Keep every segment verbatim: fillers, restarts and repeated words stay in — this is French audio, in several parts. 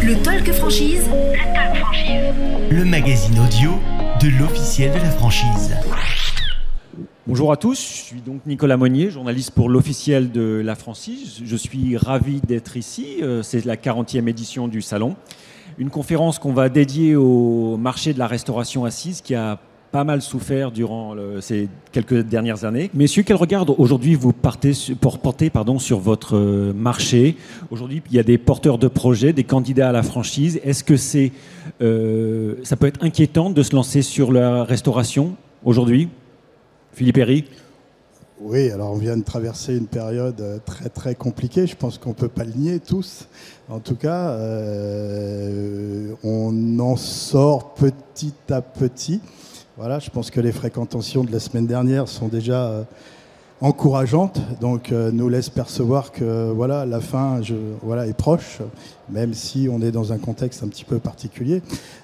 Le Talk Franchise. Le Talk Franchise. Le magazine audio de l'officiel de la franchise. Bonjour à tous, je suis donc Nicolas Monnier, journaliste pour l'officiel de la franchise. Je suis ravi d'être ici, c'est la quarantième édition du salon. Une conférence qu'on va dédier au marché de la restauration assise qui a pas mal souffert durant le, ces quelques dernières années. Messieurs, quel regard aujourd'hui vous partez, pour porter pardon, sur votre marché ? Aujourd'hui, il y a des porteurs de projets, des candidats à la franchise. Est-ce que c'est, euh, ça peut être inquiétant de se lancer sur la restauration aujourd'hui ? Philippe Herry ? Oui, alors on vient de traverser une période très très compliquée, je pense qu'on ne peut pas le nier tous. En tout cas, euh, on en sort petit à petit. Voilà, je pense que les fréquentations de la semaine dernière sont déjà euh, encourageantes, donc euh, nous laissent percevoir que voilà, la fin je, voilà, est proche, même si on est dans un contexte un petit peu particulier,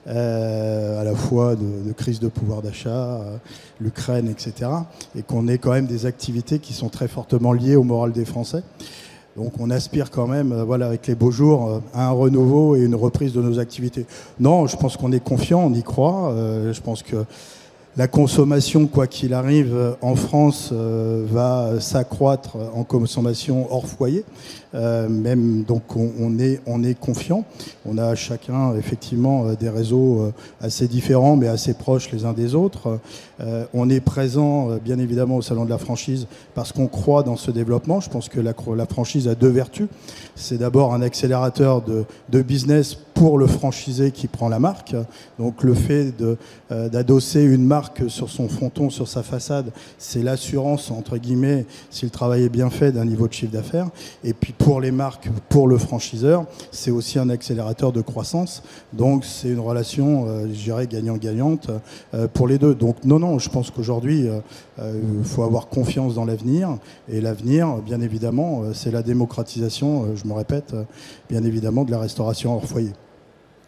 euh, à la fois de, de crise de pouvoir d'achat, euh, l'Ukraine, et cetera, et qu'on ait quand même des activités qui sont très fortement liées au moral des Français. Donc on aspire quand même, euh, voilà, avec les beaux jours, euh, à un renouveau et une reprise de nos activités. Non, je pense qu'on est confiant, on y croit. Euh, je pense que la consommation, quoi qu'il arrive, en France, euh, va s'accroître en consommation hors foyer. Euh, même donc on, on est on est confiant. On a chacun effectivement des réseaux assez différents mais assez proches les uns des autres. Euh, on est présent bien évidemment au salon de la franchise parce qu'on croit dans ce développement. Je pense que la, la franchise a deux vertus. C'est d'abord un accélérateur de, de business pour le franchisé qui prend la marque. Donc le fait de, euh, d'adosser une marque sur son fronton, sur sa façade, c'est l'assurance entre guillemets, si le travail est bien fait, d'un niveau de chiffre d'affaires. Et puis pour les marques, pour le franchiseur, c'est aussi un accélérateur de croissance. Donc c'est une relation, euh, je dirais, gagnant-gagnante euh, pour les deux. Donc non, non, je pense qu'aujourd'hui, euh, euh, il faut avoir confiance dans l'avenir. Et l'avenir, bien évidemment, euh, c'est la démocratisation, euh, je me répète, euh, bien évidemment, de la restauration hors foyer. Nicolas ?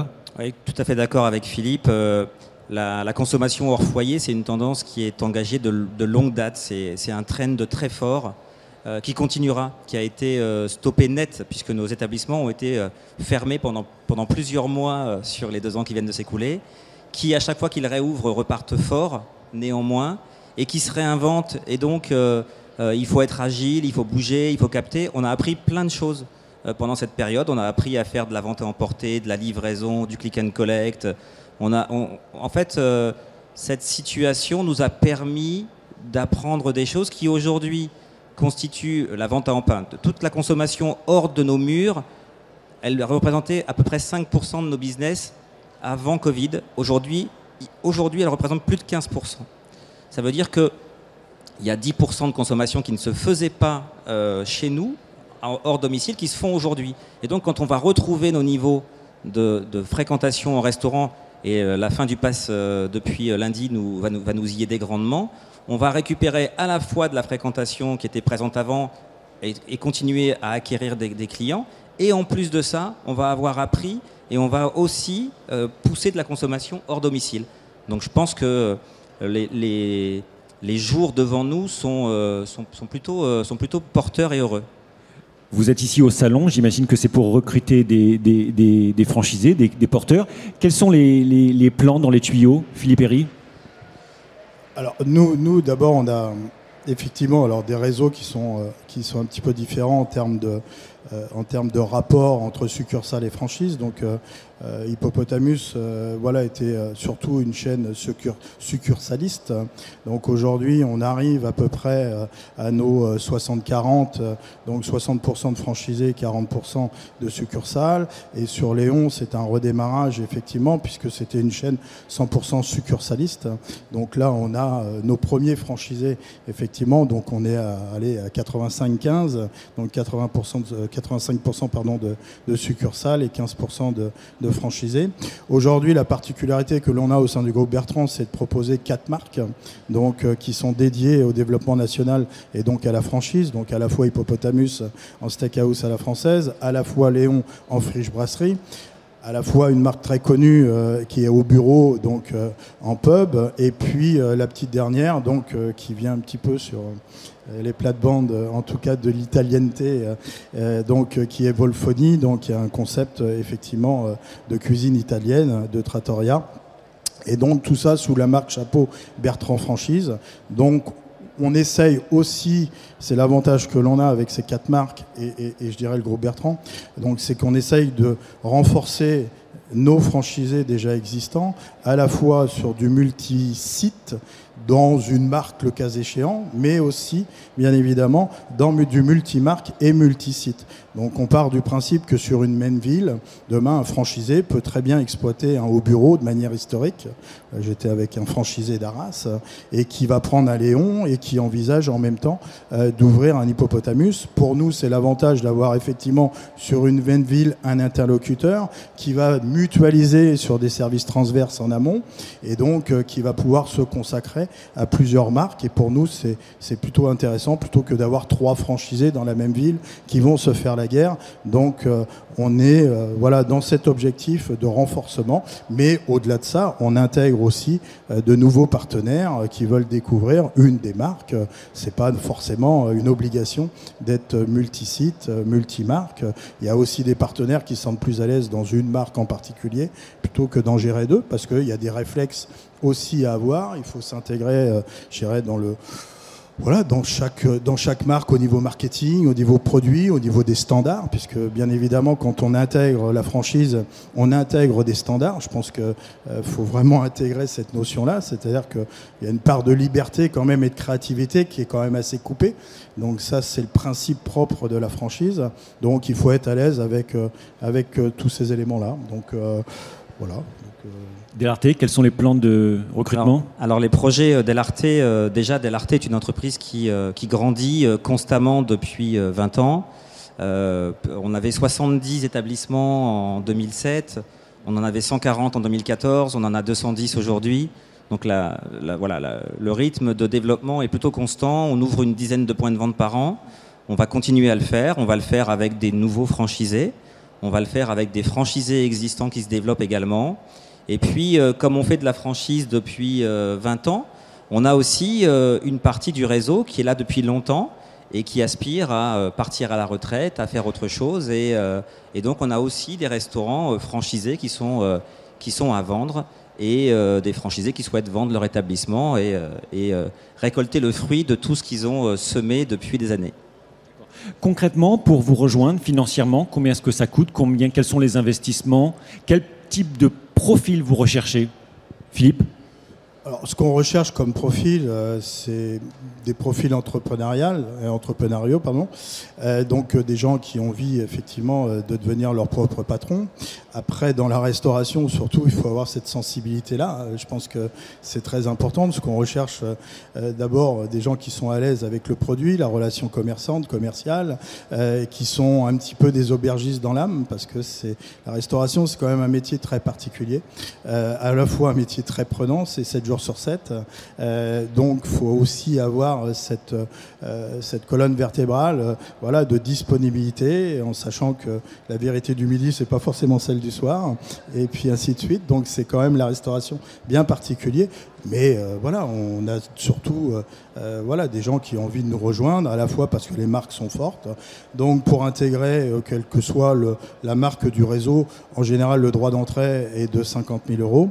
Oui, tout à fait d'accord avec Philippe. Euh, la, la consommation hors foyer, c'est une tendance qui est engagée de, de longue date. C'est, c'est un trend de très fort. Euh, qui continuera, qui a été euh, stoppé net, puisque nos établissements ont été euh, fermés pendant, pendant plusieurs mois euh, sur les deux ans qui viennent de s'écouler, qui, à chaque fois qu'ils réouvrent, repartent fort, néanmoins, et qui se réinventent. Et donc, euh, euh, il faut être agile, il faut bouger, il faut capter. On a appris plein de choses euh, pendant cette période. On a appris à faire de la vente à emporter, de la livraison, du click and collect. On a, on, en fait, euh, cette situation nous a permis d'apprendre des choses qui, aujourd'hui, constitue la vente à empreinte. Toute la consommation hors de nos murs, elle représentait à peu près cinq pour cent de nos business avant Covid. Aujourd'hui, aujourd'hui, elle représente plus de quinze pour cent. Ça veut dire qu'il y a dix pour cent de consommation qui ne se faisait pas euh, chez nous, hors domicile, qui se font aujourd'hui. Et donc, quand on va retrouver nos niveaux de, de fréquentation au restaurant, et euh, la fin du pass euh, depuis lundi nous, va, nous, va nous y aider grandement, on va récupérer à la fois de la fréquentation qui était présente avant et, et continuer à acquérir des, des clients. Et en plus de ça, on va avoir appris et on va aussi euh, pousser de la consommation hors domicile. Donc je pense que les, les, les jours devant nous sont, euh, sont, sont, plutôt, euh, sont plutôt porteurs et heureux. Vous êtes ici au salon, j'imagine que c'est pour recruter des, des, des, des franchisés, des, des porteurs. Quels sont les, les, les plans dans les tuyaux, Philippe Herry ? Alors nous, nous d'abord, on a effectivement alors des réseaux qui sont euh, qui sont un petit peu différents en termes de euh, en termes de rapport entre succursales et franchises. Donc euh, euh, Hippopotamus, euh, voilà, était euh, surtout une chaîne succur- succursaliste. Donc aujourd'hui, on arrive à peu près euh, à nos euh, soixante quarante, euh, donc soixante pour cent de franchisés, quarante pour cent de succursales. Et sur Léon, c'est un redémarrage effectivement, puisque c'était une chaîne cent pour cent succursaliste. Donc là, on a euh, nos premiers franchisés, effectivement. Donc on est à, allez, à quatre-vingt-cinq quinze, donc quatre-vingts pour cent de, quatre-vingt-cinq pour cent pardon, de, de succursales et quinze pour cent de, de franchisés. Aujourd'hui, la particularité que l'on a au sein du groupe Bertrand, c'est de proposer quatre marques donc, euh, qui sont dédiées au développement national et donc à la franchise, donc à la fois Hippopotamus en steakhouse à la française, à la fois Léon en friche brasserie. à la fois une marque très connue euh, qui est au bureau, donc euh, en pub, et puis euh, la petite dernière, donc euh, qui vient un petit peu sur euh, les plates-bandes, euh, en tout cas de l'italienneté, euh, euh, donc euh, qui est Volfoni, donc il y a un concept euh, effectivement euh, de cuisine italienne, de trattoria, et donc tout ça sous la marque chapeau Bertrand Franchise. Donc on essaye aussi, c'est l'avantage que l'on a avec ces quatre marques et, et, et je dirais le groupe Bertrand, donc c'est qu'on essaye de renforcer nos franchisés déjà existants, à la fois sur du multi-site, dans une marque le cas échéant, mais aussi, bien évidemment, dans du multimarque et multi-site. Donc on part du principe que sur une même ville, demain, un franchisé peut très bien exploiter un haut bureau de manière historique. J'étais avec un franchisé d'Arras et qui va prendre un Léon et qui envisage en même temps euh, d'ouvrir un Hippopotamus. Pour nous, c'est l'avantage d'avoir effectivement sur une même ville un interlocuteur qui va mutualiser sur des services transverses en amont et donc euh, qui va pouvoir se consacrer à plusieurs marques. Et pour nous, c'est, c'est plutôt intéressant plutôt que d'avoir trois franchisés dans la même ville qui vont se faire la guerre. Donc euh, on est euh, voilà, dans cet objectif de renforcement. Mais au-delà de ça, on intègre aussi euh, de nouveaux partenaires euh, qui veulent découvrir une des marques. Euh, c'est pas forcément euh, une obligation d'être multi-site, euh, multi-marque. Il y a aussi des partenaires qui se sentent plus à l'aise dans une marque en particulier plutôt que d'en gérer deux, parce qu'il y a des réflexes aussi à avoir. Il faut s'intégrer, euh, je dirais, dans le Voilà, dans chaque, dans chaque marque au niveau marketing, au niveau produit, au niveau des standards, puisque bien évidemment quand on intègre la franchise, on intègre des standards. Je pense qu'il euh, faut vraiment intégrer cette notion-là, c'est-à-dire qu'il y a une part de liberté quand même et de créativité qui est quand même assez coupée. Donc ça, c'est le principe propre de la franchise. Donc il faut être à l'aise avec, euh, avec euh, tous ces éléments-là. Donc euh, voilà. Donc, euh... Delarte, quels sont les plans de recrutement ? alors, alors les projets Delarte, euh, déjà Delarte est une entreprise qui, euh, qui grandit euh, constamment depuis euh, vingt ans. Euh, on avait soixante-dix établissements en deux mille sept, on en avait cent quarante en deux mille quatorze, on en a deux cent dix aujourd'hui. Donc la, la, voilà, la, le rythme de développement est plutôt constant. On ouvre une dizaine de points de vente par an. On va continuer à le faire. On va le faire avec des nouveaux franchisés. On va le faire avec des franchisés existants qui se développent également. Et puis, euh, comme on fait de la franchise depuis euh, vingt ans, on a aussi euh, une partie du réseau qui est là depuis longtemps et qui aspire à euh, partir à la retraite, à faire autre chose. Et, euh, et donc, on a aussi des restaurants euh, franchisés qui sont, euh, qui sont à vendre et euh, des franchisés qui souhaitent vendre leur établissement et, euh, et euh, récolter le fruit de tout ce qu'ils ont euh, semé depuis des années. Concrètement, pour vous rejoindre financièrement, combien est-ce que ça coûte ? Combien, quels sont les investissements ? Quel type de profil vous recherchez ? Philippe ? Alors, ce qu'on recherche comme profil, euh, c'est des profils entrepreneuriaux, euh, entrepreneuriaux pardon. Euh, donc euh, des gens qui ont envie effectivement euh, de devenir leur propre patron. Après, dans la restauration, surtout, il faut avoir cette sensibilité-là. Euh, je pense que c'est très important. Ce qu'on recherche, euh, d'abord, des gens qui sont à l'aise avec le produit, la relation commerçante, commerciale, euh, qui sont un petit peu des aubergistes dans l'âme, parce que c'est la restauration, c'est quand même un métier très particulier, euh, à la fois un métier très prenant, c'est sept jours sur sept. Euh, donc, il faut aussi avoir cette, euh, cette colonne vertébrale euh, voilà, de disponibilité, en sachant que la vérité du midi, c'est pas forcément celle du soir, et puis ainsi de suite. Donc, c'est quand même la restauration bien particulier. Mais euh, voilà, on a surtout euh, euh, voilà, des gens qui ont envie de nous rejoindre, à la fois parce que les marques sont fortes. Donc, pour intégrer, euh, quelle que soit le, la marque du réseau, en général, le droit d'entrée est de cinquante mille euros.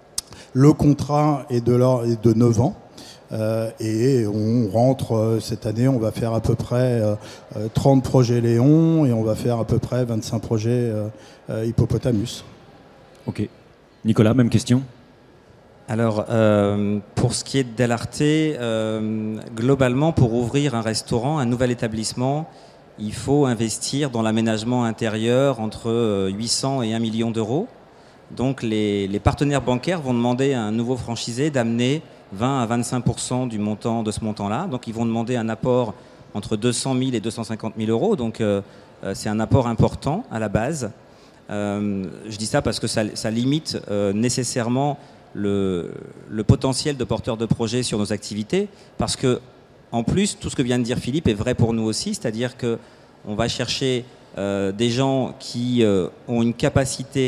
Le contrat est de, est de neuf ans. Euh, et on rentre euh, cette année, on va faire à peu près euh, trente projets Léon et on va faire à peu près vingt-cinq projets euh, euh, Hippopotamus. Ok. Nicolas, même question. Alors, euh, pour ce qui est de Delarte, euh, globalement, pour ouvrir un restaurant, un nouvel établissement, il faut investir dans l'aménagement intérieur entre huit cents et un million d'euros. Donc, les, les partenaires bancaires vont demander à un nouveau franchisé d'amener vingt à vingt-cinq pour cent du montant de ce montant-là. Donc, ils vont demander un apport entre deux cent mille et deux cent cinquante mille euros. Donc, euh, c'est un apport important à la base. Euh, je dis ça parce que ça, ça limite euh, nécessairement le, le potentiel de porteurs de projets sur nos activités. Parce que, en plus, tout ce que vient de dire Philippe est vrai pour nous aussi. C'est-à-dire qu'on va chercher euh, des gens qui euh, ont une capacité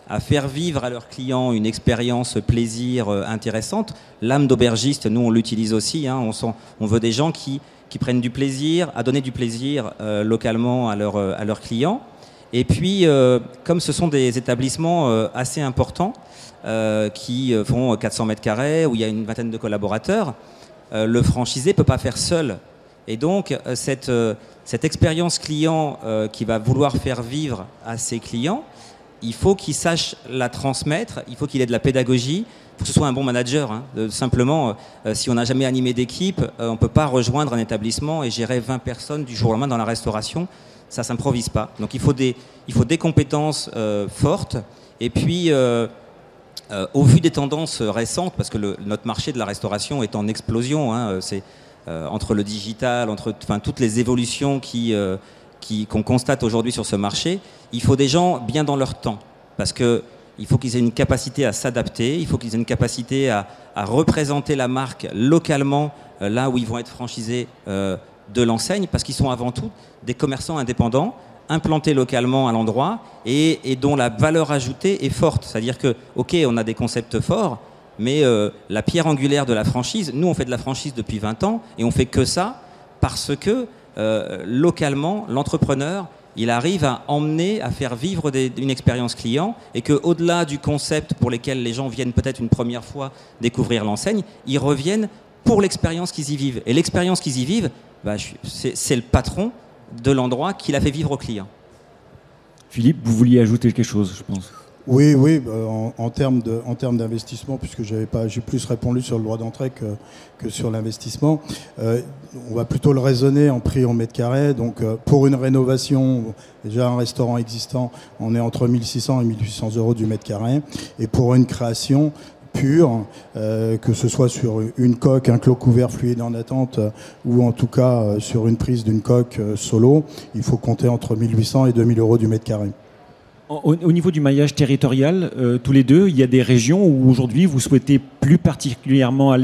à faire vivre à leurs clients une expérience plaisir euh, intéressante. L'âme d'aubergiste, nous on l'utilise aussi, hein, on, sent, on veut des gens qui, qui prennent du plaisir, à donner du plaisir euh, localement à, leur, à leurs clients. Et puis, euh, comme ce sont des établissements euh, assez importants, euh, qui font quatre cents mètres carrés, où il y a une vingtaine de collaborateurs, euh, le franchisé ne peut pas faire seul. Et donc, euh, cette, euh, cette expérience client euh, qui va vouloir faire vivre à ses clients, il faut qu'il sache la transmettre, il faut qu'il ait de la pédagogie, il faut que ce soit un bon manager. Hein. De, simplement, euh, si on n'a jamais animé d'équipe, euh, on ne peut pas rejoindre un établissement et gérer vingt personnes du jour au lendemain dans la restauration. Ça ne s'improvise pas. Donc il faut des, il faut des compétences euh, fortes. Et puis, euh, euh, au vu des tendances récentes, parce que le, notre marché de la restauration est en explosion, hein, c'est euh, entre le digital, entre enfin, toutes les évolutions qui, euh, qui, qu'on constate aujourd'hui sur ce marché, il faut des gens bien dans leur temps. Parce que il faut qu'ils aient une capacité à s'adapter, il faut qu'ils aient une capacité à, à représenter la marque localement, euh, là où ils vont être franchisés euh, de l'enseigne, parce qu'ils sont avant tout des commerçants indépendants, implantés localement à l'endroit et, et dont la valeur ajoutée est forte. C'est-à-dire que, ok, on a des concepts forts, mais euh, la pierre angulaire de la franchise, nous on fait de la franchise depuis vingt ans et on fait que ça parce que euh, localement, l'entrepreneur, il arrive à emmener, à faire vivre des, une expérience client et qu'au-delà du concept pour lesquels les gens viennent peut-être une première fois découvrir l'enseigne, ils reviennent pour l'expérience qu'ils y vivent. Et l'expérience qu'ils y vivent, bah, c'est, c'est le patron de l'endroit qui l'a fait vivre aux clients. Philippe, vous vouliez ajouter quelque chose, je pense. Oui, oui, en, en termes de, en termes d'investissement, puisque j'avais pas, j'ai plus répondu sur le droit d'entrée que, que sur l'investissement. Euh, on va plutôt le raisonner en prix en mètre carré. Donc, euh, pour une rénovation, déjà un restaurant existant, on est entre mille six cents et mille huit cents euros du mètre carré. Et pour une création pure, euh, que ce soit sur une coque, un clos couvert fluide en attente, euh, ou en tout cas euh, sur une prise d'une coque euh, solo, il faut compter entre mille huit cents et deux mille euros du mètre carré. Au, au niveau du maillage territorial, euh, tous les deux, il y a des régions où aujourd'hui vous souhaitez plus particulièrement aller ?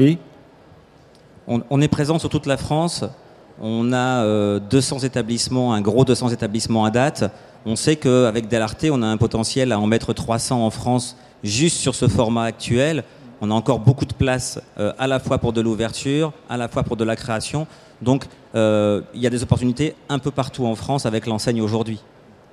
on, on est présent sur toute la France. On a euh, deux cents établissements, un gros deux cents établissements à date. On sait qu'avec Del Arte, on a un potentiel à en mettre trois cents en France juste sur ce format actuel. On a encore beaucoup de place euh, à la fois pour de l'ouverture, à la fois pour de la création. Donc, euh, il y a des opportunités un peu partout en France avec l'enseigne aujourd'hui. Philippe ?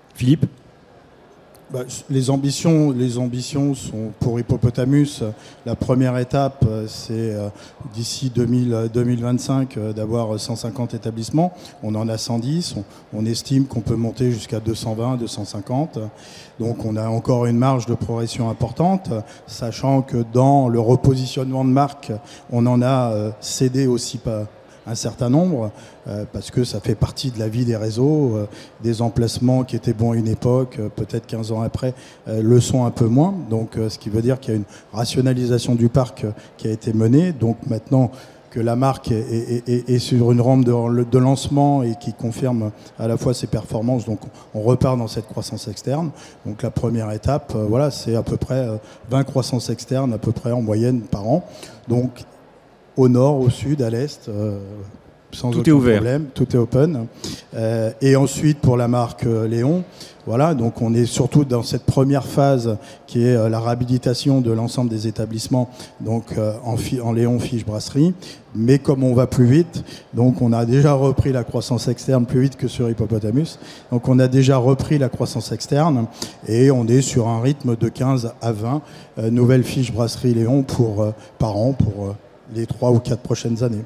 Bah, les ambitions, les ambitions sont pour Hippopotamus. La première étape, c'est euh, d'ici deux mille vingt-cinq euh, d'avoir cent cinquante établissements. On en a cent dix. On, on estime qu'on peut monter jusqu'à deux cent vingt, deux cent cinquante. Donc on a encore une marge de progression importante, sachant que dans le repositionnement de marque, on en a euh, cédé aussi pas un certain nombre, euh, parce que ça fait partie de la vie des réseaux, euh, des emplacements qui étaient bons à une époque, euh, peut-être quinze ans après, euh, le sont un peu moins. Donc, euh, ce qui veut dire qu'il y a une rationalisation du parc euh, qui a été menée. Donc maintenant que la marque est, est, est, est sur une rampe de, de lancement et qui confirme à la fois ses performances, donc on repart dans cette croissance externe. Donc la première étape, euh, voilà, c'est à peu près euh, vingt croissances externes à peu près en moyenne par an. Donc au nord, au sud, à l'est, euh, sans tout aucun est ouvert. problème, tout est open. Euh, et ensuite, pour la marque euh, Léon, voilà, donc on est surtout dans cette première phase qui est euh, la réhabilitation de l'ensemble des établissements, donc euh, en, fi- en Léon Fiche Brasserie. Mais comme on va plus vite, donc on a déjà repris la croissance externe plus vite que sur Hippopotamus. Donc on a déjà repris la croissance externe et on est sur un rythme de quinze à vingt euh, nouvelles Fiche Brasserie Léon pour, euh, par an pour euh, les trois ou quatre prochaines années.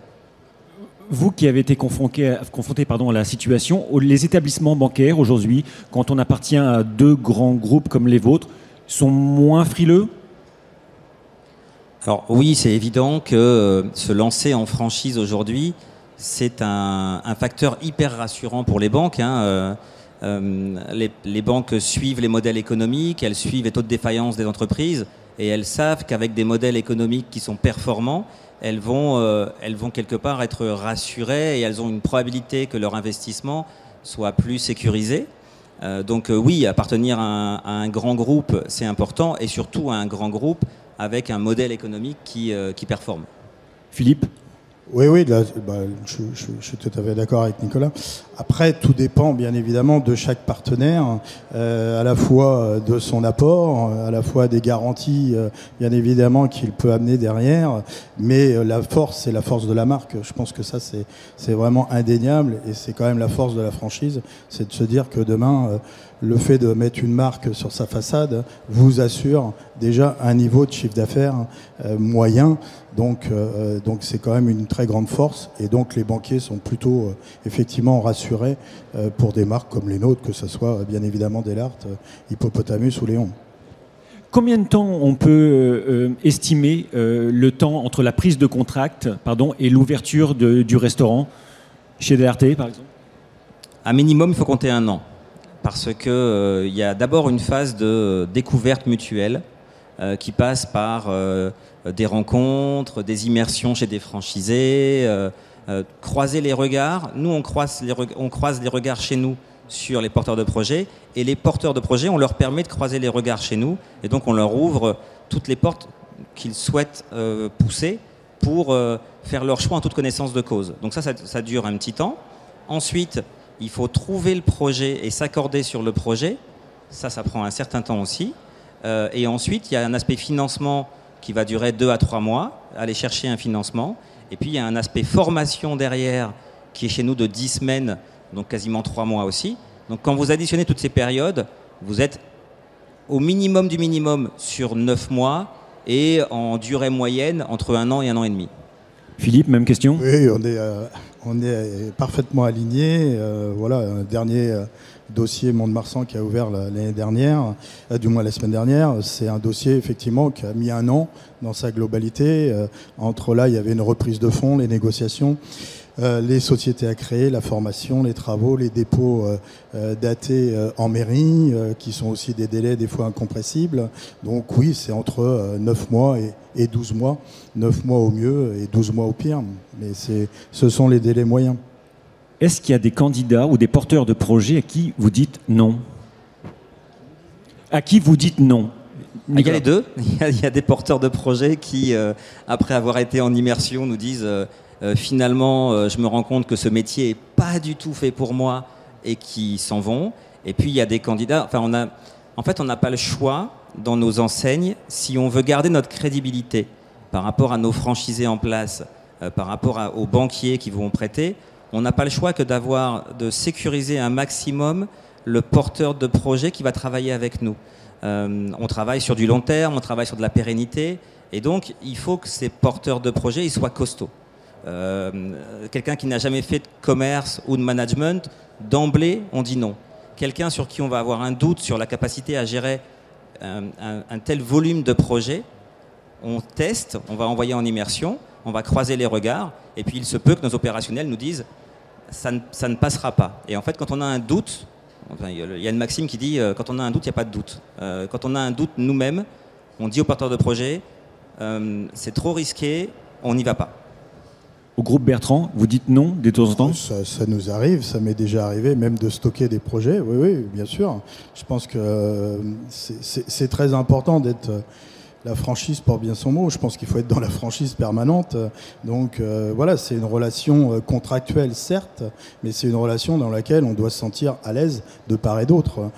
Vous qui avez été confronté, confronté pardon, à la situation, les établissements bancaires aujourd'hui, quand on appartient à deux grands groupes comme les vôtres, sont moins frileux ? Alors oui, c'est évident que euh, se lancer en franchise aujourd'hui, c'est un, un facteur hyper rassurant pour les banques. Hein. Euh, euh, les, les banques suivent les modèles économiques, elles suivent les taux de défaillance des entreprises et elles savent qu'avec des modèles économiques qui sont performants, elles vont, euh, elles vont quelque part être rassurées et elles ont une probabilité que leur investissement soit plus sécurisé. Euh, donc euh, oui, appartenir à un, à un grand groupe, c'est important, et surtout à un grand groupe avec un modèle économique qui, euh, qui performe. Philippe ? Oui, oui, là, bah, je, je, je suis tout à fait d'accord avec Nicolas. Après, tout dépend bien évidemment de chaque partenaire, euh, à la fois de son apport, à la fois des garanties, euh, bien évidemment, qu'il peut amener derrière. Mais euh, la force, c'est la force de la marque. Je pense que ça, c'est, c'est vraiment indéniable, et c'est quand même la force de la franchise, c'est de se dire que demain, euh, le fait de mettre une marque sur sa façade vous assure déjà un niveau de chiffre d'affaires euh, moyen. Donc, euh, donc c'est quand même une très grande force, et donc les banquiers sont plutôt euh, effectivement rassurés euh, pour des marques comme les nôtres, que ce soit euh, bien évidemment Delharte, euh, Hippopotamus ou Léon. Combien de temps on peut euh, estimer euh, le temps entre la prise de contract, pardon, et l'ouverture de, du restaurant chez Delharte, par exemple? À minimum, il faut compter un an, parce que euh, il y a d'abord une phase de découverte mutuelle euh, qui passe par euh, des rencontres, des immersions chez des franchisés, euh, euh, croiser les regards. Nous, on croise les, reg- on croise les regards chez nous sur les porteurs de projets, et les porteurs de projets, on leur permet de croiser les regards chez nous, et donc on leur ouvre toutes les portes qu'ils souhaitent euh, pousser pour euh, faire leur choix en toute connaissance de cause. Donc ça, ça, ça dure un petit temps. Ensuite, il faut trouver le projet et s'accorder sur le projet. Ça, ça prend un certain temps aussi. Euh, et ensuite, il y a un aspect financement qui va durer deux à trois mois, aller chercher un financement. Et puis, il y a un aspect formation derrière qui est chez nous de dix semaines, donc quasiment trois mois aussi. Donc, quand vous additionnez toutes ces périodes, vous êtes au minimum du minimum sur neuf mois et en durée moyenne entre un an et un an et demi. Philippe, même question? Oui, on est, euh, on est parfaitement alignés. Euh, voilà, un dernier euh, dossier Mont-de-Marsan qui a ouvert l'année dernière, euh, du moins la semaine dernière. C'est un dossier effectivement qui a mis un an dans sa globalité. Euh, entre là, il y avait une reprise de fonds, les négociations, euh, les sociétés à créer, la formation, les travaux, les dépôts euh, euh, datés euh, en mairie, euh, qui sont aussi des délais des fois incompressibles. Donc oui, c'est entre euh, neuf mois et, et douze mois. neuf mois au mieux et douze mois au pire. Mais c'est, ce sont les délais moyens. Est-ce qu'il y a des candidats ou des porteurs de projets à qui vous dites non? À qui vous dites non? Ah, il y a les deux. Il y a, il y a des porteurs de projets qui, euh, après avoir été en immersion, nous disent euh, euh, finalement, euh, je me rends compte que ce métier n'est pas du tout fait pour moi, et qui s'en vont. Et puis il y a des candidats. Enfin, on a, en fait, on n'a pas le choix dans nos enseignes si on veut garder notre crédibilité par rapport à nos franchisés en place, euh, par rapport à, aux banquiers qui vont prêter. On n'a pas le choix que d'avoir, de sécuriser un maximum le porteur de projet qui va travailler avec nous. Euh, on travaille sur du long terme, on travaille sur de la pérennité, et donc il faut que ces porteurs de projet ils soient costauds. Euh, quelqu'un qui n'a jamais fait de commerce ou de management, d'emblée, on dit non. Quelqu'un sur qui on va avoir un doute sur la capacité à gérer un, un, un tel volume de projets, on teste, on va envoyer en immersion, on va croiser les regards, et puis il se peut que nos opérationnels nous disent ça ne, ça ne passera pas. Et en fait, quand on a un doute, enfin, il y a une maxime qui dit euh, quand on a un doute, il n'y a pas de doute. Euh, quand on a un doute nous-mêmes, on dit aux porteurs de projet euh, c'est trop risqué, on n'y va pas. Au groupe Bertrand, vous dites non de temps en temps? Ça, ça nous arrive, ça m'est déjà arrivé même de stocker des projets, oui, oui, bien sûr. Je pense que euh, c'est, c'est, c'est très important d'être... Euh, la franchise porte bien son mot, je pense qu'il faut être dans la franchise permanente. Donc euh, voilà, c'est une relation euh, contractuelle certes, mais c'est une relation dans laquelle on doit se sentir à l'aise de part et d'autre.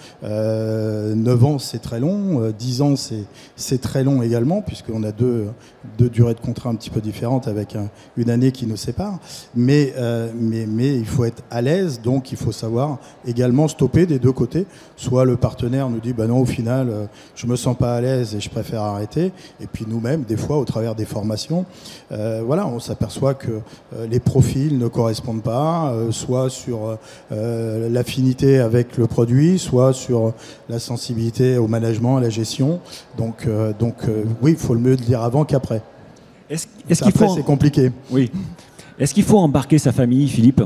Euh, neuf ans c'est très long, euh, dix ans c'est, c'est très long également, puisqu'on a deux, deux durées de contrat un petit peu différentes avec un, une année qui nous sépare. Mais, euh, mais, mais il faut être à l'aise, donc il faut savoir également stopper des deux côtés. Soit le partenaire nous dit bah non, au final euh, je me sens pas à l'aise et je préfère arrêter. Et puis nous-mêmes, des fois, au travers des formations, euh, voilà, on s'aperçoit que euh, les profils ne correspondent pas, euh, soit sur euh, l'affinité avec le produit, soit sur la sensibilité au management, à la gestion. Donc, euh, donc euh, oui, il faut le mieux le dire avant qu'après. Est-ce, est-ce Après, qu'il faut... c'est compliqué. Oui. Est-ce qu'il faut embarquer sa famille, Philippe?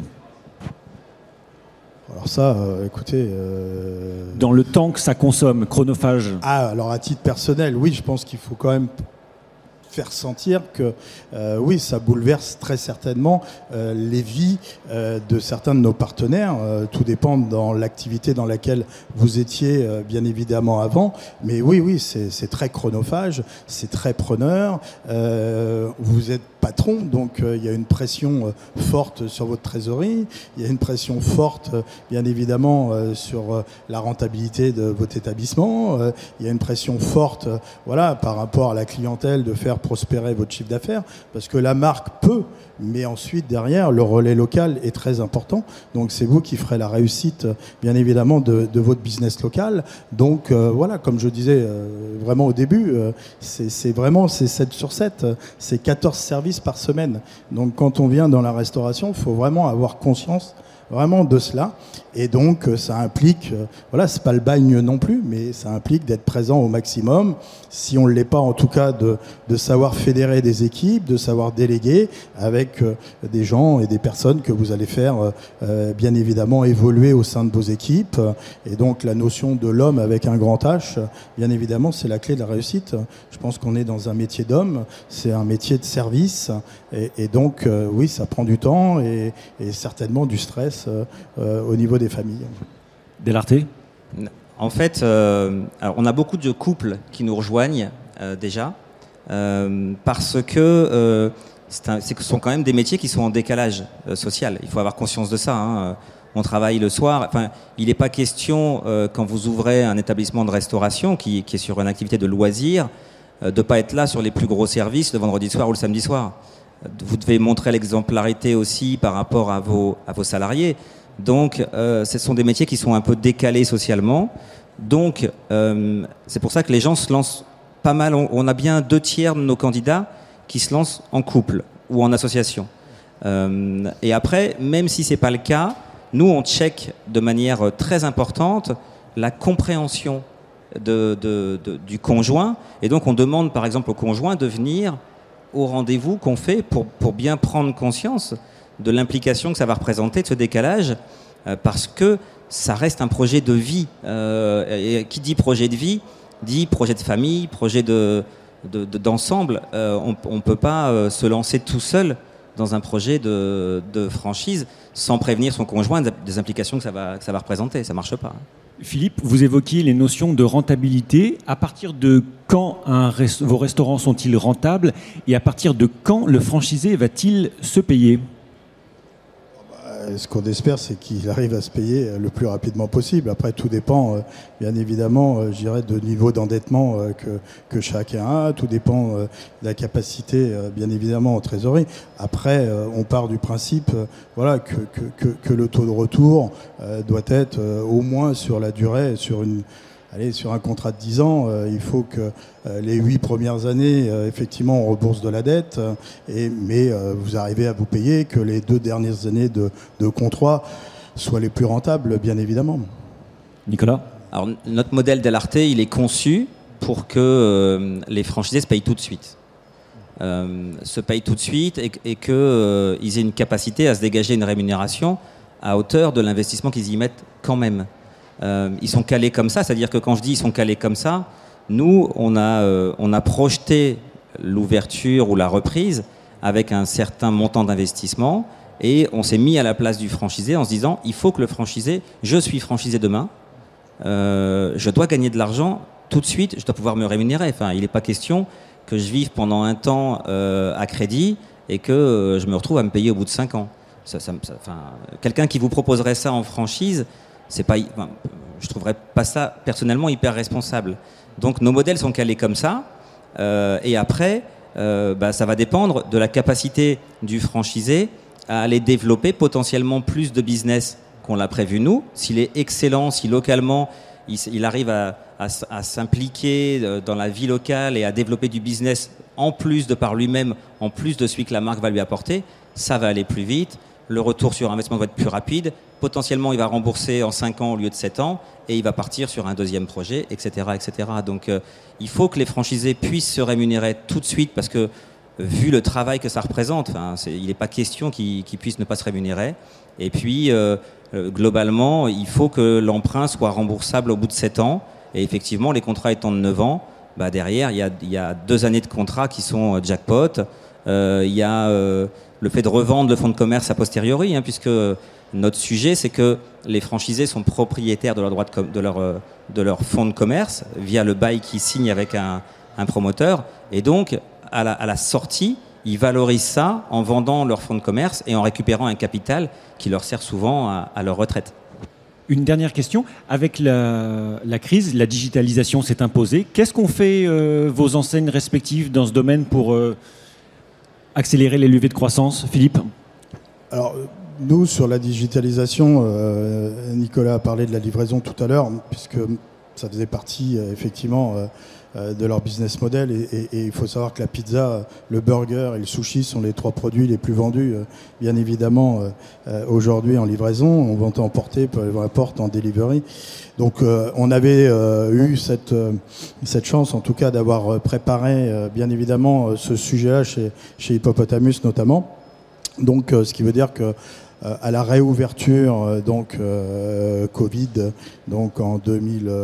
Alors ça, euh, écoutez... Euh... Dans le temps que ça consomme, chronophage. Ah, alors à titre personnel, oui, je pense qu'il faut quand même faire sentir que, euh, oui, ça bouleverse très certainement euh, les vies euh, de certains de nos partenaires. Euh, tout dépend dans l'activité dans laquelle vous étiez, euh, bien évidemment, avant. Mais oui, oui, c'est, c'est très chronophage, c'est très preneur. Euh, vous êtes pas patron, donc euh, il y a une pression euh, forte sur votre trésorerie, il y a une pression forte, euh, bien évidemment, euh, sur euh, la rentabilité de votre établissement, euh, il y a une pression forte, euh, voilà, par rapport à la clientèle de faire prospérer votre chiffre d'affaires, parce que la marque peut, mais ensuite, derrière, le relais local est très important. Donc, c'est vous qui ferez la réussite, bien évidemment, de, de votre business local. Donc, euh, voilà, comme je disais euh, vraiment au début, euh, c'est, c'est vraiment c'est sept sur sept. C'est quatorze services par semaine. Donc, quand on vient dans la restauration, il faut vraiment avoir conscience vraiment de cela. Et donc, ça implique, euh, voilà, c'est pas le bagne non plus, mais ça implique d'être présent au maximum. Si on ne l'est pas, en tout cas, de, de savoir fédérer des équipes, de savoir déléguer avec euh, des gens et des personnes que vous allez faire, euh, bien évidemment, évoluer au sein de vos équipes. Et donc, la notion de l'homme avec un grand H, bien évidemment, c'est la clé de la réussite. Je pense qu'on est dans un métier d'homme, c'est un métier de service. Et, et donc, euh, oui, ça prend du temps et, et certainement du stress euh, euh, au niveau des familles. Delarté ? En fait, euh, alors on a beaucoup de couples qui nous rejoignent euh, déjà, euh, parce que euh, c'est un, c'est, ce sont quand même des métiers qui sont en décalage euh, social. Il faut avoir conscience de ça. Hein. On travaille le soir. Enfin, il n'est pas question, euh, quand vous ouvrez un établissement de restauration qui, qui est sur une activité de loisir, euh, de ne pas être là sur les plus gros services le vendredi soir ou le samedi soir. Vous devez montrer l'exemplarité aussi par rapport à vos, à vos salariés. Donc, euh, ce sont des métiers qui sont un peu décalés socialement. Donc, euh, c'est pour ça que les gens se lancent pas mal. On, on a bien deux tiers de nos candidats qui se lancent en couple ou en association. Euh, et après, même si c'est pas le cas, nous, on check de manière très importante la compréhension de, de, de, du conjoint. Et donc, on demande, par exemple, au conjoint de venir au rendez-vous qu'on fait pour, pour bien prendre conscience de l'implication que ça va représenter, de ce décalage, euh, parce que ça reste un projet de vie. Euh, et qui dit projet de vie, dit projet de famille, projet de, de, de, d'ensemble. Euh, on ne peut pas euh, se lancer tout seul dans un projet de, de franchise sans prévenir son conjoint des implications que ça va, que ça va représenter. Ça ne marche pas. Philippe, vous évoquiez les notions de rentabilité. À partir de quand un rest- vos restaurants sont-ils rentables et à partir de quand le franchisé va-t-il se payer ? Ce qu'on espère, c'est qu'il arrive à se payer le plus rapidement possible. Après, tout dépend, euh, bien évidemment, euh, je dirais, de niveau d'endettement euh, que, que chacun a. Tout dépend euh, de la capacité, euh, bien évidemment, en trésorerie. Après, euh, on part du principe euh, voilà, que, que, que, que le taux de retour euh, doit être euh, au moins sur la durée, sur une... Allez, sur un contrat de dix ans, euh, il faut que euh, les huit premières années, euh, effectivement, on rembourse de la dette, euh, et, mais euh, vous arrivez à vous payer que les deux dernières années de, de contrat soient les plus rentables, bien évidemment. Nicolas ? Alors, notre modèle Delarté, il est conçu pour que euh, les franchisés se payent tout de suite. Euh, se payent tout de suite et, et qu'ils euh, aient une capacité à se dégager une rémunération à hauteur de l'investissement qu'ils y mettent quand même. Euh, ils sont calés comme ça, c'est-à-dire que quand je dis ils sont calés comme ça, nous, on a, euh, on a projeté l'ouverture ou la reprise avec un certain montant d'investissement et on s'est mis à la place du franchisé en se disant il faut que le franchisé, je suis franchisé demain, euh, je dois gagner de l'argent tout de suite, je dois pouvoir me rémunérer. Enfin, il n'est pas question que je vive pendant un temps euh, à crédit et que euh, je me retrouve à me payer au bout de cinq ans. Ça, ça, ça, enfin, quelqu'un qui vous proposerait ça en franchise, c'est pas, enfin, je trouverais pas ça personnellement hyper responsable. Donc nos modèles sont calés comme ça, euh, et après, euh, bah, ça va dépendre de la capacité du franchisé à aller développer potentiellement plus de business qu'on l'a prévu nous. S'il est excellent, si localement il, il arrive à, à, à s'impliquer dans la vie locale et à développer du business en plus de par lui-même, en plus de celui que la marque va lui apporter, ça va aller plus vite. Le retour sur investissement va être plus rapide. Potentiellement, il va rembourser en cinq ans au lieu de sept ans et il va partir sur un deuxième projet, et cetera et cetera. Donc, euh, il faut que les franchisés puissent se rémunérer tout de suite parce que, vu le travail que ça représente, c'est, il n'est pas question qu'ils, qu'ils puissent ne pas se rémunérer. Et puis, euh, euh, globalement, il faut que l'emprunt soit remboursable au bout de sept ans. Et effectivement, les contrats étant de neuf ans, bah derrière, il y a, il y a deux années de contrat qui sont jackpot. Euh, il y a euh, le fait de revendre le fonds de commerce a posteriori, hein, puisque notre sujet, c'est que les franchisés sont propriétaires de leur, droit de, com- de, leur, euh, de leur fonds de commerce via le bail qu'ils signent avec un, un promoteur. Et donc, à la, à la sortie, ils valorisent ça en vendant leur fonds de commerce et en récupérant un capital qui leur sert souvent à, à leur retraite. Une dernière question. Avec la, la crise, la digitalisation s'est imposée. Qu'est-ce qu'ont fait euh, vos enseignes respectives dans ce domaine pour euh, accélérer les levées de croissance, Philippe ? Alors, nous, sur la digitalisation, euh, Nicolas a parlé de la livraison tout à l'heure, puisque ça faisait partie, euh, effectivement, euh, de leur business model. Et, et, et il faut savoir que la pizza, le burger et le sushi sont les trois produits les plus vendus, euh, bien évidemment, euh, aujourd'hui en livraison. On va emporter, peu importe, en delivery. Donc, euh, on avait euh, eu cette, euh, cette chance, en tout cas, d'avoir préparé, euh, bien évidemment, ce sujet-là chez, chez Hippopotamus, notamment. Donc, euh, ce qui veut dire que euh, à la réouverture euh, donc euh, Covid, donc en deux mille vingt,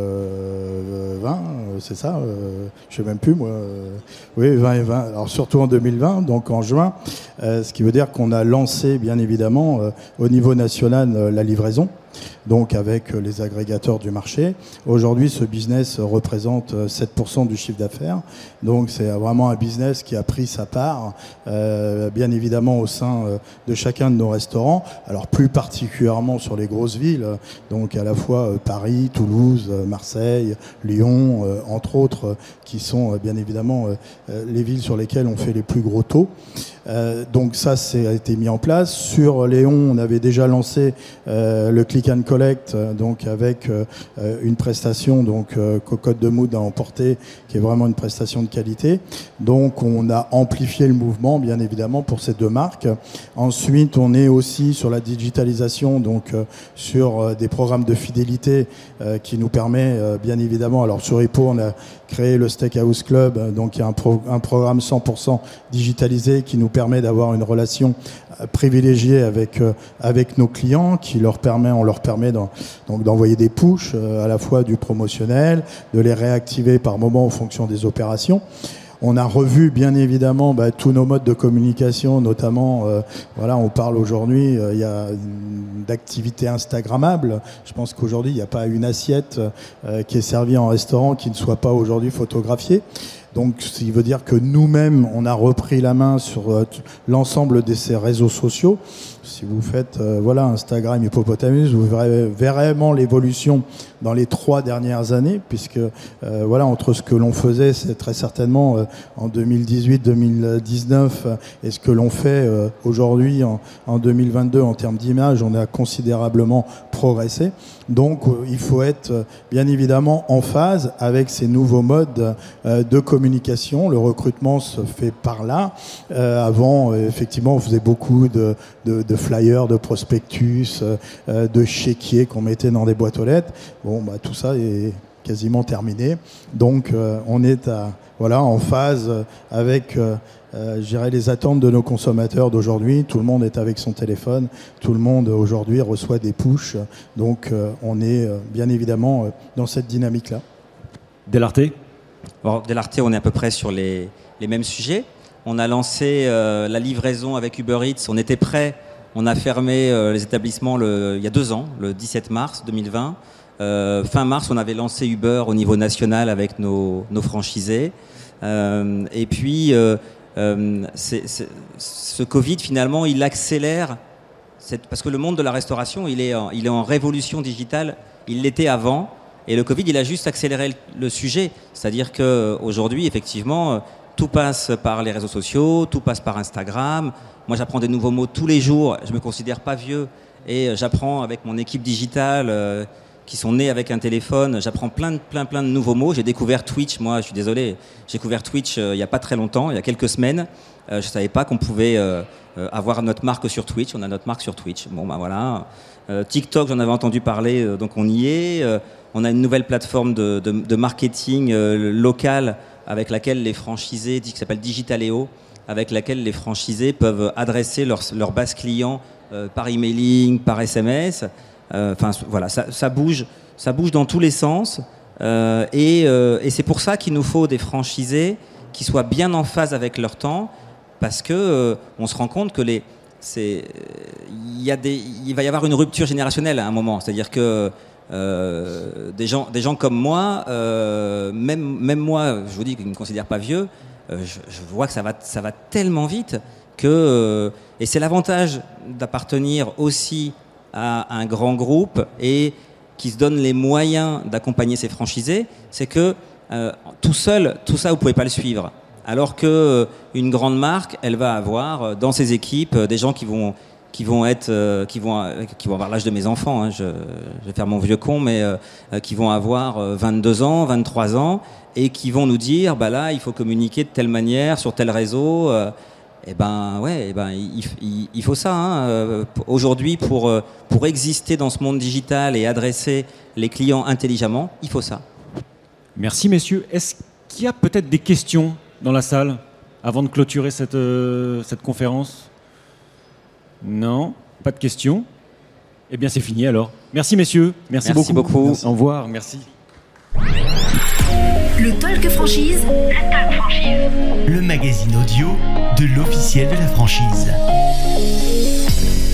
euh, c'est ça, euh, je sais même plus moi. Euh, oui, vingt et vingt. Alors surtout en deux mille vingt, donc en juin, euh, ce qui veut dire qu'on a lancé bien évidemment euh, au niveau national euh, la livraison. Donc avec les agrégateurs du marché. Aujourd'hui, ce business représente sept pour cent du chiffre d'affaires. Donc c'est vraiment un business qui a pris sa part, euh, bien évidemment au sein de chacun de nos restaurants. Alors plus particulièrement sur les grosses villes, donc à la fois Paris, Toulouse, Marseille, Lyon, euh, entre autres, qui sont bien évidemment euh, les villes sur lesquelles on fait les plus gros taux. Euh, donc ça, c'est, a été mis en place. Sur Léon, on avait déjà lancé euh, le click and collect, donc avec euh, une prestation, donc euh, Cocotte de Mood à emporter, qui est vraiment une prestation de qualité. Donc on a amplifié le mouvement, bien évidemment, pour ces deux marques. Ensuite, on est aussi sur la digitalisation, donc euh, sur euh, des programmes de fidélité euh, qui nous permet, euh, bien évidemment, alors sur Hippo, on a créé le Steakhouse Club, euh, donc il y a un, pro- un programme cent pour cent digitalisé qui nous permet d'avoir une relation euh, privilégiée avec euh, avec nos clients, qui leur permet, on leur permet d'en, donc d'envoyer des pushs, euh, à la fois du promotionnel, de les réactiver par moment en fonction des opérations. On a revu bien évidemment bah, tous nos modes de communication, notamment, euh, voilà, on parle aujourd'hui, euh, il y a d'activités instagrammables. Je pense qu'aujourd'hui, il n'y a pas une assiette euh, qui est servie en restaurant qui ne soit pas aujourd'hui photographiée. Donc, ce qui veut dire que nous-mêmes, on a repris la main sur euh, l'ensemble de ces réseaux sociaux. Si vous faites euh, voilà, Instagram Hippopotamus, vous verrez vraiment l'évolution dans les trois dernières années, puisque euh, voilà, entre ce que l'on faisait, c'est très certainement euh, en deux mille dix-huit deux mille dix-neuf, euh, et ce que l'on fait euh, aujourd'hui en, en deux mille vingt-deux en termes d'image, on a considérablement progressé. Donc, euh, il faut être euh, bien évidemment en phase avec ces nouveaux modes euh, de communication. Le recrutement se fait par là. Euh, avant, euh, effectivement, on faisait beaucoup de, de, de flyers, de prospectus, euh, de chéquiers qu'on mettait dans des boîtes aux lettres. Bon, bah, tout ça est quasiment terminé. Donc, euh, on est à, voilà, en phase avec euh, euh, je dirais les attentes de nos consommateurs d'aujourd'hui. Tout le monde est avec son téléphone. Tout le monde, aujourd'hui, reçoit des pushs. Donc, euh, on est euh, bien évidemment euh, dans cette dynamique-là. Delarté ? Alors, Delarté, on est à peu près sur les, les mêmes sujets. On a lancé euh, la livraison avec Uber Eats. On était prêt. On a fermé euh, les établissements le, il y a deux ans, le dix-sept mars deux mille vingt. Euh, fin mars, on avait lancé Uber au niveau national avec nos, nos franchisés. Euh, et puis, euh, euh, c'est, c'est, ce Covid, finalement, il accélère, cette, parce que le monde de la restauration, il est en, il est en révolution digitale. Il l'était avant. Et le Covid, il a juste accéléré le, le sujet. C'est-à-dire qu'aujourd'hui, effectivement, tout passe par les réseaux sociaux, tout passe par Instagram. Moi, j'apprends des nouveaux mots tous les jours. Je ne me considère pas vieux. Et j'apprends avec mon équipe digitale, euh, qui sont nés avec un téléphone. J'apprends plein, de, plein, plein de nouveaux mots. J'ai découvert Twitch. Moi, je suis désolé. J'ai découvert Twitch euh, il n'y a pas très longtemps, il y a quelques semaines. Euh, je ne savais pas qu'on pouvait euh, euh, avoir notre marque sur Twitch. On a notre marque sur Twitch. Bon, ben voilà. Euh, TikTok, j'en avais entendu parler, euh, donc on y est. Euh, on a une nouvelle plateforme de, de, de marketing euh, local avec laquelle les franchisés, qui s'appelle Digitaléo, avec laquelle les franchisés peuvent adresser leurs leur base clients euh, par emailing, par S M S. Enfin euh, voilà, ça, ça bouge, ça bouge dans tous les sens. Euh, et, euh, et c'est pour ça qu'il nous faut des franchisés qui soient bien en phase avec leur temps, parce que euh, on se rend compte que les, c'est, il y a des, il va y avoir une rupture générationnelle à un moment. C'est-à-dire que Euh, des gens, des gens comme moi, euh, même, même moi, je vous dis que je ne me considère pas vieux, euh, je, je vois que ça va, ça va tellement vite que, euh, et c'est l'avantage d'appartenir aussi à un grand groupe et qui se donne les moyens d'accompagner ses franchisés, c'est que euh, tout seul, tout ça, vous pouvez pas le suivre. Alors que euh, une grande marque, elle va avoir euh, dans ses équipes euh, des gens qui vont qui vont être euh, qui vont euh, qui vont avoir l'âge de mes enfants. Hein, je, je vais faire mon vieux con, mais euh, euh, qui vont avoir euh, vingt-deux ans, vingt-trois ans, et qui vont nous dire, bah là, il faut communiquer de telle manière sur tel réseau. Euh, Eh ben ouais, eh ben il, il, il faut ça. Hein. Euh, aujourd'hui, pour euh, pour exister dans ce monde digital et adresser les clients intelligemment, il faut ça. Merci messieurs. Est-ce qu'il y a peut-être des questions dans la salle avant de clôturer cette euh, cette conférence? Non, pas de questions. Eh bien, c'est fini alors. Merci messieurs. Merci, Merci beaucoup. beaucoup. Merci. Au revoir. Merci. Le Talk Franchise. Le Talk Franchise. Le magazine audio de l'officiel de la franchise.